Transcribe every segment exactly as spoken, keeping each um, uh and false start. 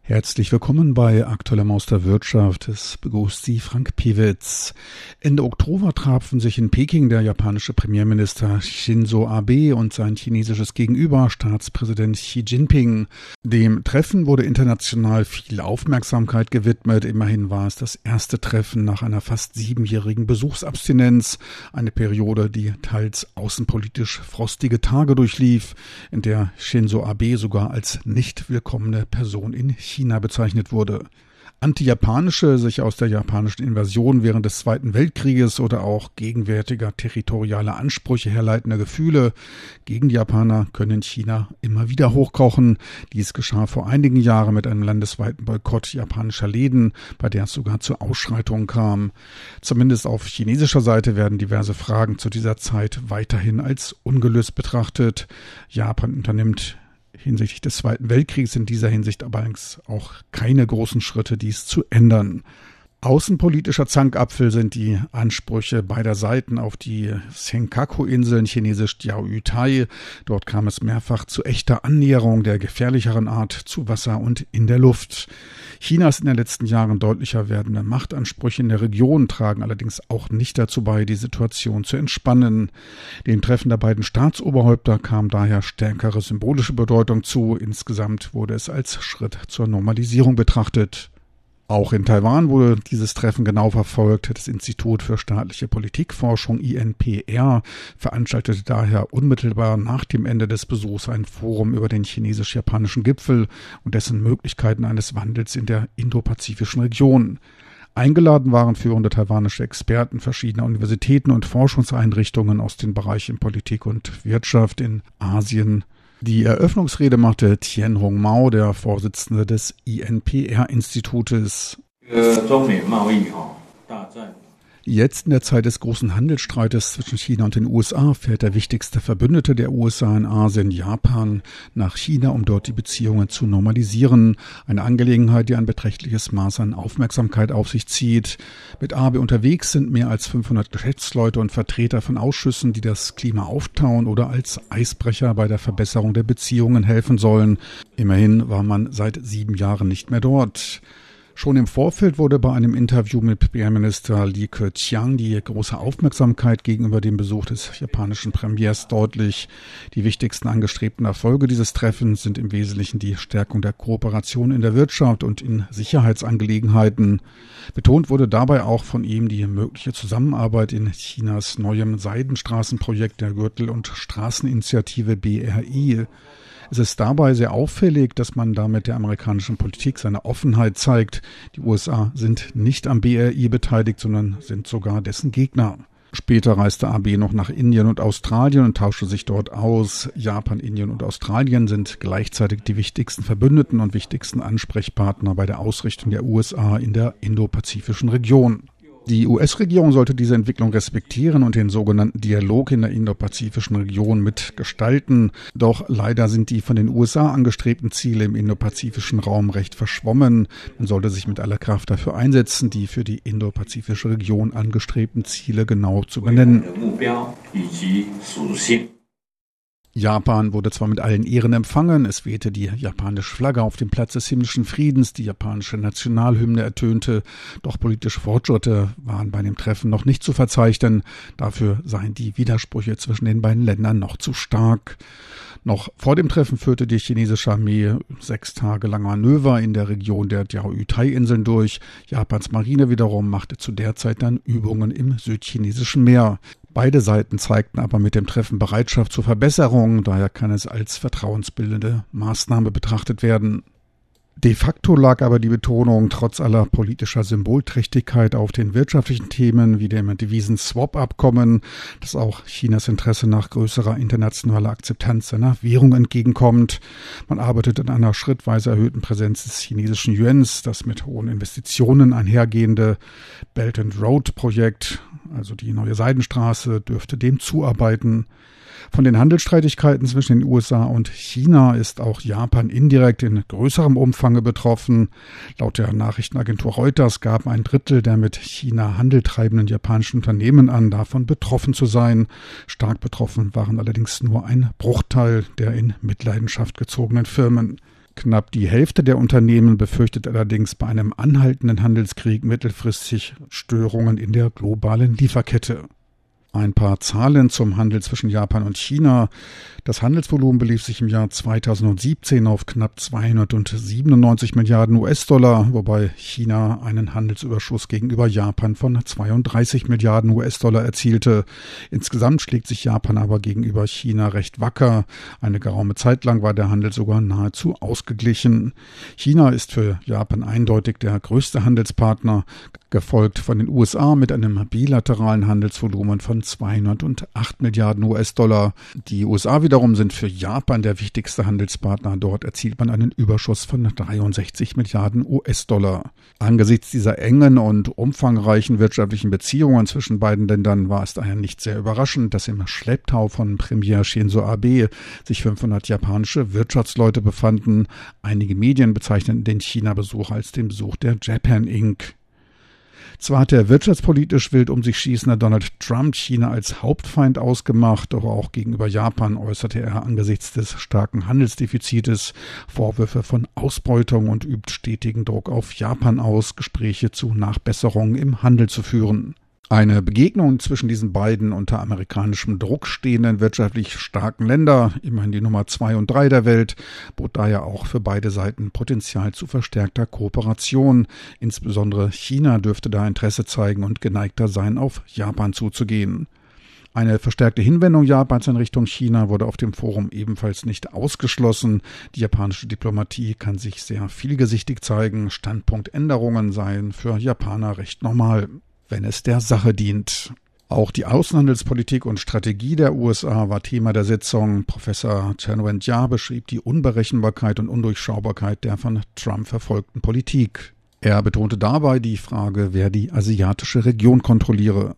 Herzlich willkommen bei Aktueller Maus der Wirtschaft. Es begrüßt Sie Frank Piewitz. Ende Oktober trafen sich in Peking der japanische Premierminister Shinzo Abe und sein chinesisches Gegenüber, Staatspräsident Xi Jinping. Dem Treffen wurde international viel Aufmerksamkeit gewidmet. Immerhin war es das erste Treffen nach einer fast siebenjährigen Besuchsabstinenz. Eine Periode, die teils außenpolitisch frostige Tage durchlief, in der Shinzo Abe sogar als nicht willkommene Person in China China bezeichnet wurde. Anti-japanische, sich aus der japanischen Invasion während des Zweiten Weltkrieges oder auch gegenwärtiger territorialer Ansprüche herleitende Gefühle gegen die Japaner können in China immer wieder hochkochen. Dies geschah vor einigen Jahren mit einem landesweiten Boykott japanischer Läden, bei der es sogar zu Ausschreitungen kam. Zumindest auf chinesischer Seite werden diverse Fragen zu dieser Zeit weiterhin als ungelöst betrachtet. Japan unternimmt hinsichtlich des Zweiten Weltkriegs in dieser Hinsicht allerdings auch keine großen Schritte, dies zu ändern. Außenpolitischer Zankapfel sind die Ansprüche beider Seiten auf die Senkaku-Inseln, chinesisch Diaoyutai. Dort kam es mehrfach zu echter Annäherung der gefährlicheren Art zu Wasser und in der Luft. Chinas in den letzten Jahren deutlicher werdende Machtansprüche in der Region tragen allerdings auch nicht dazu bei, die Situation zu entspannen. Dem Treffen der beiden Staatsoberhäupter kam daher stärkere symbolische Bedeutung zu. Insgesamt wurde es als Schritt zur Normalisierung betrachtet. Auch in Taiwan wurde dieses Treffen genau verfolgt. Das Institut für staatliche Politikforschung I N P R veranstaltete daher unmittelbar nach dem Ende des Besuchs ein Forum über den chinesisch-japanischen Gipfel und dessen Möglichkeiten eines Wandels in der indopazifischen Region. Eingeladen waren führende taiwanische Experten verschiedener Universitäten und Forschungseinrichtungen aus den Bereichen Politik und Wirtschaft in Asien. Die Eröffnungsrede machte Tian Hongmao, der Vorsitzende des I N P R-Institutes. Jetzt in der Zeit des großen Handelsstreites zwischen China und den U S A fährt der wichtigste Verbündete der U S A in Asien, Japan, nach China, um dort die Beziehungen zu normalisieren. Eine Angelegenheit, die ein beträchtliches Maß an Aufmerksamkeit auf sich zieht. Mit Abe unterwegs sind mehr als fünfhundert Geschäftsleute und Vertreter von Ausschüssen, die das Klima auftauen oder als Eisbrecher bei der Verbesserung der Beziehungen helfen sollen. Immerhin war man seit sieben Jahren nicht mehr dort. Schon im Vorfeld wurde bei einem Interview mit Premierminister Li Keqiang die große Aufmerksamkeit gegenüber dem Besuch des japanischen Premiers deutlich. Die wichtigsten angestrebten Erfolge dieses Treffens sind im Wesentlichen die Stärkung der Kooperation in der Wirtschaft und in Sicherheitsangelegenheiten. Betont wurde dabei auch von ihm die mögliche Zusammenarbeit in Chinas neuem Seidenstraßenprojekt der Gürtel- und Straßeninitiative B R I. Es ist dabei sehr auffällig, dass man damit der amerikanischen Politik seine Offenheit zeigt. Die U S A sind nicht am B R I beteiligt, sondern sind sogar dessen Gegner. Später reiste Abe noch nach Indien und Australien und tauschte sich dort aus. Japan, Indien und Australien sind gleichzeitig die wichtigsten Verbündeten und wichtigsten Ansprechpartner bei der Ausrichtung der U S A in der indopazifischen Region. Die U S-Regierung sollte diese Entwicklung respektieren und den sogenannten Dialog in der indopazifischen Region mitgestalten. Doch leider sind die von den U S A angestrebten Ziele im indopazifischen Raum recht verschwommen. Man sollte sich mit aller Kraft dafür einsetzen, die für die indopazifische Region angestrebten Ziele genau zu benennen. Japan wurde zwar mit allen Ehren empfangen, es wehte die japanische Flagge auf dem Platz des himmlischen Friedens, die japanische Nationalhymne ertönte, doch politische Fortschritte waren bei dem Treffen noch nicht zu verzeichnen. Dafür seien die Widersprüche zwischen den beiden Ländern noch zu stark. Noch vor dem Treffen führte die chinesische Armee sechs Tage lang Manöver in der Region der Diaoyutai-Inseln durch. Japans Marine wiederum machte zu der Zeit dann Übungen im südchinesischen Meer. Beide Seiten zeigten aber mit dem Treffen Bereitschaft zur Verbesserung, daher kann es als vertrauensbildende Maßnahme betrachtet werden. De facto lag aber die Betonung trotz aller politischer Symbolträchtigkeit auf den wirtschaftlichen Themen wie dem Devisen-Swap-Abkommen, das auch Chinas Interesse nach größerer internationaler Akzeptanz seiner Währung entgegenkommt. Man arbeitet an einer schrittweise erhöhten Präsenz des chinesischen Yuans, das mit hohen Investitionen einhergehende Belt and Road-Projekt, also die neue Seidenstraße, dürfte dem zuarbeiten. Von den Handelsstreitigkeiten zwischen den U S A und China ist auch Japan indirekt in größerem Umfang betroffen. Laut der Nachrichtenagentur Reuters gaben ein Drittel der mit China Handel treibenden japanischen Unternehmen an, davon betroffen zu sein. Stark betroffen waren allerdings nur ein Bruchteil der in Mitleidenschaft gezogenen Firmen. Knapp die Hälfte der Unternehmen befürchtet allerdings bei einem anhaltenden Handelskrieg mittelfristig Störungen in der globalen Lieferkette. Ein paar Zahlen zum Handel zwischen Japan und China. Das Handelsvolumen belief sich im Jahr zweitausendsiebzehn auf knapp zweihundertsiebenundneunzig Milliarden U S-Dollar, wobei China einen Handelsüberschuss gegenüber Japan von zweiunddreißig Milliarden U S-Dollar erzielte. Insgesamt schlägt sich Japan aber gegenüber China recht wacker. Eine geraume Zeit lang war der Handel sogar nahezu ausgeglichen. China ist für Japan eindeutig der größte Handelspartner, gefolgt von den U S A mit einem bilateralen Handelsvolumen von zweihundertacht Milliarden U S-Dollar. Die U S A wiederum sind für Japan der wichtigste Handelspartner. Dort erzielt man einen Überschuss von dreiundsechzig Milliarden U S-Dollar. Angesichts dieser engen und umfangreichen wirtschaftlichen Beziehungen zwischen beiden Ländern war es daher nicht sehr überraschend, dass im Schlepptau von Premier Shinzo Abe sich fünfhundert japanische Wirtschaftsleute befanden. Einige Medien bezeichneten den China-Besuch als den Besuch der Japan Incorporated. Zwar hat der wirtschaftspolitisch wild um sich schießende Donald Trump China als Hauptfeind ausgemacht, aber auch gegenüber Japan äußerte er angesichts des starken Handelsdefizites Vorwürfe von Ausbeutung und übt stetigen Druck auf Japan aus, Gespräche zu Nachbesserungen im Handel zu führen. Eine Begegnung zwischen diesen beiden unter amerikanischem Druck stehenden wirtschaftlich starken Länder, immerhin die Nummer zwei und drei der Welt, bot daher auch für beide Seiten Potenzial zu verstärkter Kooperation. Insbesondere China dürfte da Interesse zeigen und geneigter sein, auf Japan zuzugehen. Eine verstärkte Hinwendung Japans in Richtung China wurde auf dem Forum ebenfalls nicht ausgeschlossen. Die japanische Diplomatie kann sich sehr vielgesichtig zeigen. Standpunktänderungen seien für Japaner recht normal, wenn es der Sache dient. Auch die Außenhandelspolitik und Strategie der U S A war Thema der Sitzung. Professor Chen Wenjia beschrieb die Unberechenbarkeit und Undurchschaubarkeit der von Trump verfolgten Politik. Er betonte dabei die Frage, wer die asiatische Region kontrolliere.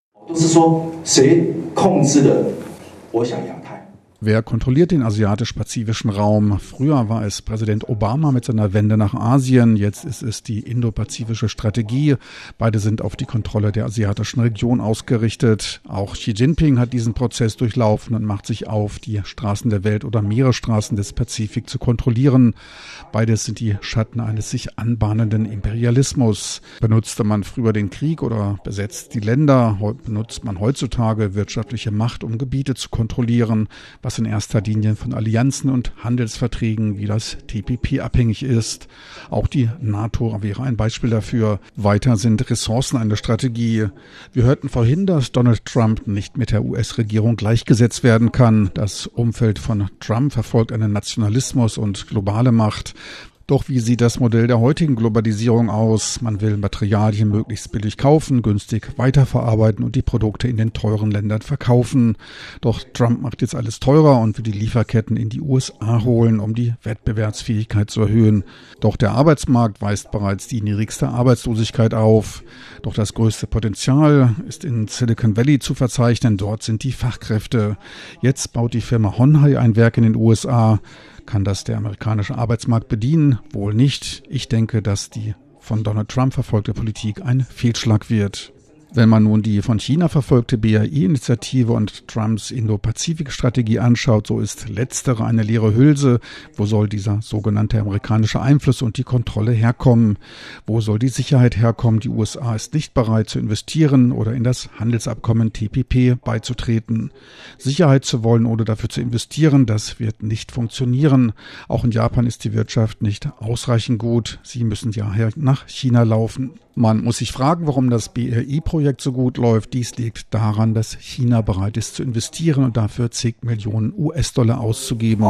Wer kontrolliert den asiatisch-pazifischen Raum? Früher war es Präsident Obama mit seiner Wende nach Asien, jetzt ist es die indopazifische Strategie. Beide sind auf die Kontrolle der asiatischen Region ausgerichtet. Auch Xi Jinping hat diesen Prozess durchlaufen und macht sich auf, die Straßen der Welt oder Meeresstraßen des Pazifik zu kontrollieren. Beides sind die Schatten eines sich anbahnenden Imperialismus. Benutzte man früher den Krieg oder besetzt die Länder, benutzt man heutzutage wirtschaftliche Macht, um Gebiete zu kontrollieren, was in erster Linie von Allianzen und Handelsverträgen wie das T P P abhängig ist. Auch die NATO wäre ein Beispiel dafür. Weiter sind Ressourcen eine Strategie. Wir hörten vorhin, dass Donald Trump nicht mit der U S-Regierung gleichgesetzt werden kann. Das Umfeld von Trump verfolgt einen Nationalismus und globale Macht. Doch wie sieht das Modell der heutigen Globalisierung aus? Man will Materialien möglichst billig kaufen, günstig weiterverarbeiten und die Produkte in den teuren Ländern verkaufen. Doch Trump macht jetzt alles teurer und will die Lieferketten in die U S A holen, um die Wettbewerbsfähigkeit zu erhöhen. Doch der Arbeitsmarkt weist bereits die niedrigste Arbeitslosigkeit auf. Doch das größte Potenzial ist in Silicon Valley zu verzeichnen. Dort sind die Fachkräfte. Jetzt baut die Firma Honhai ein Werk in den U S A. Kann das der amerikanische Arbeitsmarkt bedienen? Wohl nicht. Ich denke, dass die von Donald Trump verfolgte Politik ein Fehlschlag wird. Wenn man nun die von China verfolgte B R I-Initiative und Trumps Indo-Pazifik-Strategie anschaut, so ist letztere eine leere Hülse. Wo soll dieser sogenannte amerikanische Einfluss und die Kontrolle herkommen? Wo soll die Sicherheit herkommen? Die U S A ist nicht bereit zu investieren oder in das Handelsabkommen T P P beizutreten. Sicherheit zu wollen oder dafür zu investieren, das wird nicht funktionieren. Auch in Japan ist die Wirtschaft nicht ausreichend gut. Sie müssen ja nach China laufen. Man muss sich fragen, warum das B R I-Projekt so gut läuft. Dies liegt daran, dass China bereit ist zu investieren und dafür zig Millionen U S-Dollar auszugeben.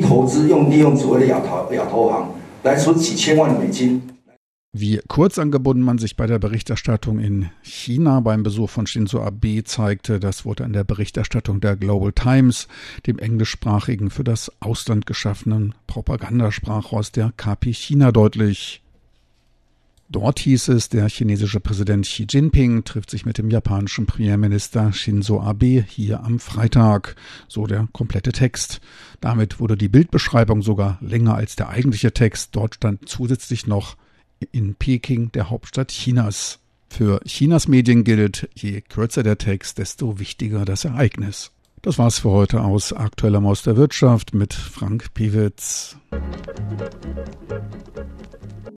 Wie kurz angebunden man sich bei der Berichterstattung in China beim Besuch von Shinzo Abe zeigte, das wurde an der Berichterstattung der Global Times, dem englischsprachigen für das Ausland geschaffenen Propagandasprachrohr der K P China, deutlich. Dort hieß es, der chinesische Präsident Xi Jinping trifft sich mit dem japanischen Premierminister Shinzo Abe hier am Freitag, so der komplette Text. Damit wurde die Bildbeschreibung sogar länger als der eigentliche Text. Dort stand zusätzlich noch in Peking, der Hauptstadt Chinas. Für Chinas Medien gilt, je kürzer der Text, desto wichtiger das Ereignis. Das war's für heute aus Aktueller Maus der Wirtschaft mit Frank Pewitz.